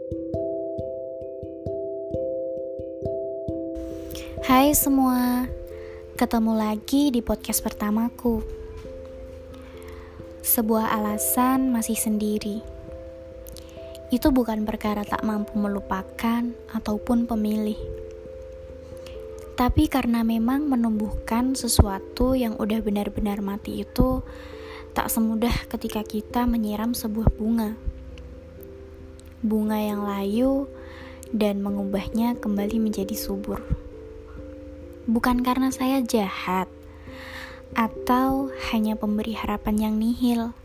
Hai semua, ketemu lagi di podcast pertamaku. Sebuah alasan masih sendiri. Itu bukan perkara tak mampu melupakan ataupun pemilih. Tapi karena memang menumbuhkan sesuatu yang udah benar-benar mati itu tak semudah ketika kita menyiram sebuah bunga. Bunga yang layu dan mengubahnya kembali menjadi subur. Bukan karena saya jahat atau hanya pemberi harapan yang nihil.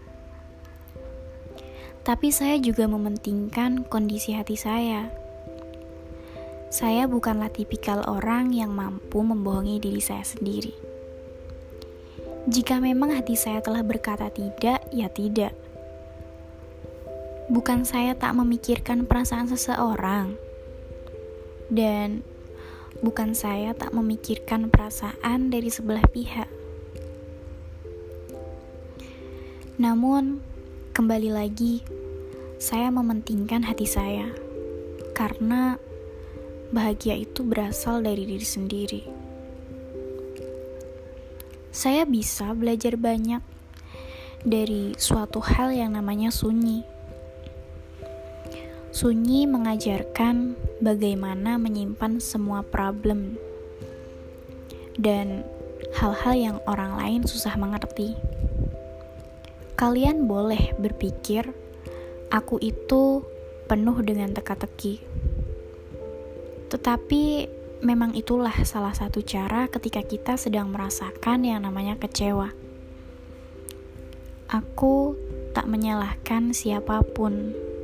Tapi saya juga mementingkan kondisi hati saya. Saya bukanlah tipikal orang yang mampu membohongi diri saya sendiri. Jika memang hati saya telah berkata tidak, ya tidak. Bukan saya tak memikirkan perasaan seseorang. Dan bukan saya tak memikirkan perasaan dari sebelah pihak. Namun, kembali lagi, saya mementingkan hati saya. Karena bahagia itu berasal dari diri sendiri. Saya bisa belajar banyak dari suatu hal yang namanya sunyi. Sunyi mengajarkan bagaimana menyimpan semua problem dan hal-hal yang orang lain susah mengerti. Kalian boleh berpikir, aku itu penuh dengan teka-teki. Tetapi memang itulah salah satu cara ketika kita sedang merasakan yang namanya kecewa. Aku tak menyalahkan siapapun.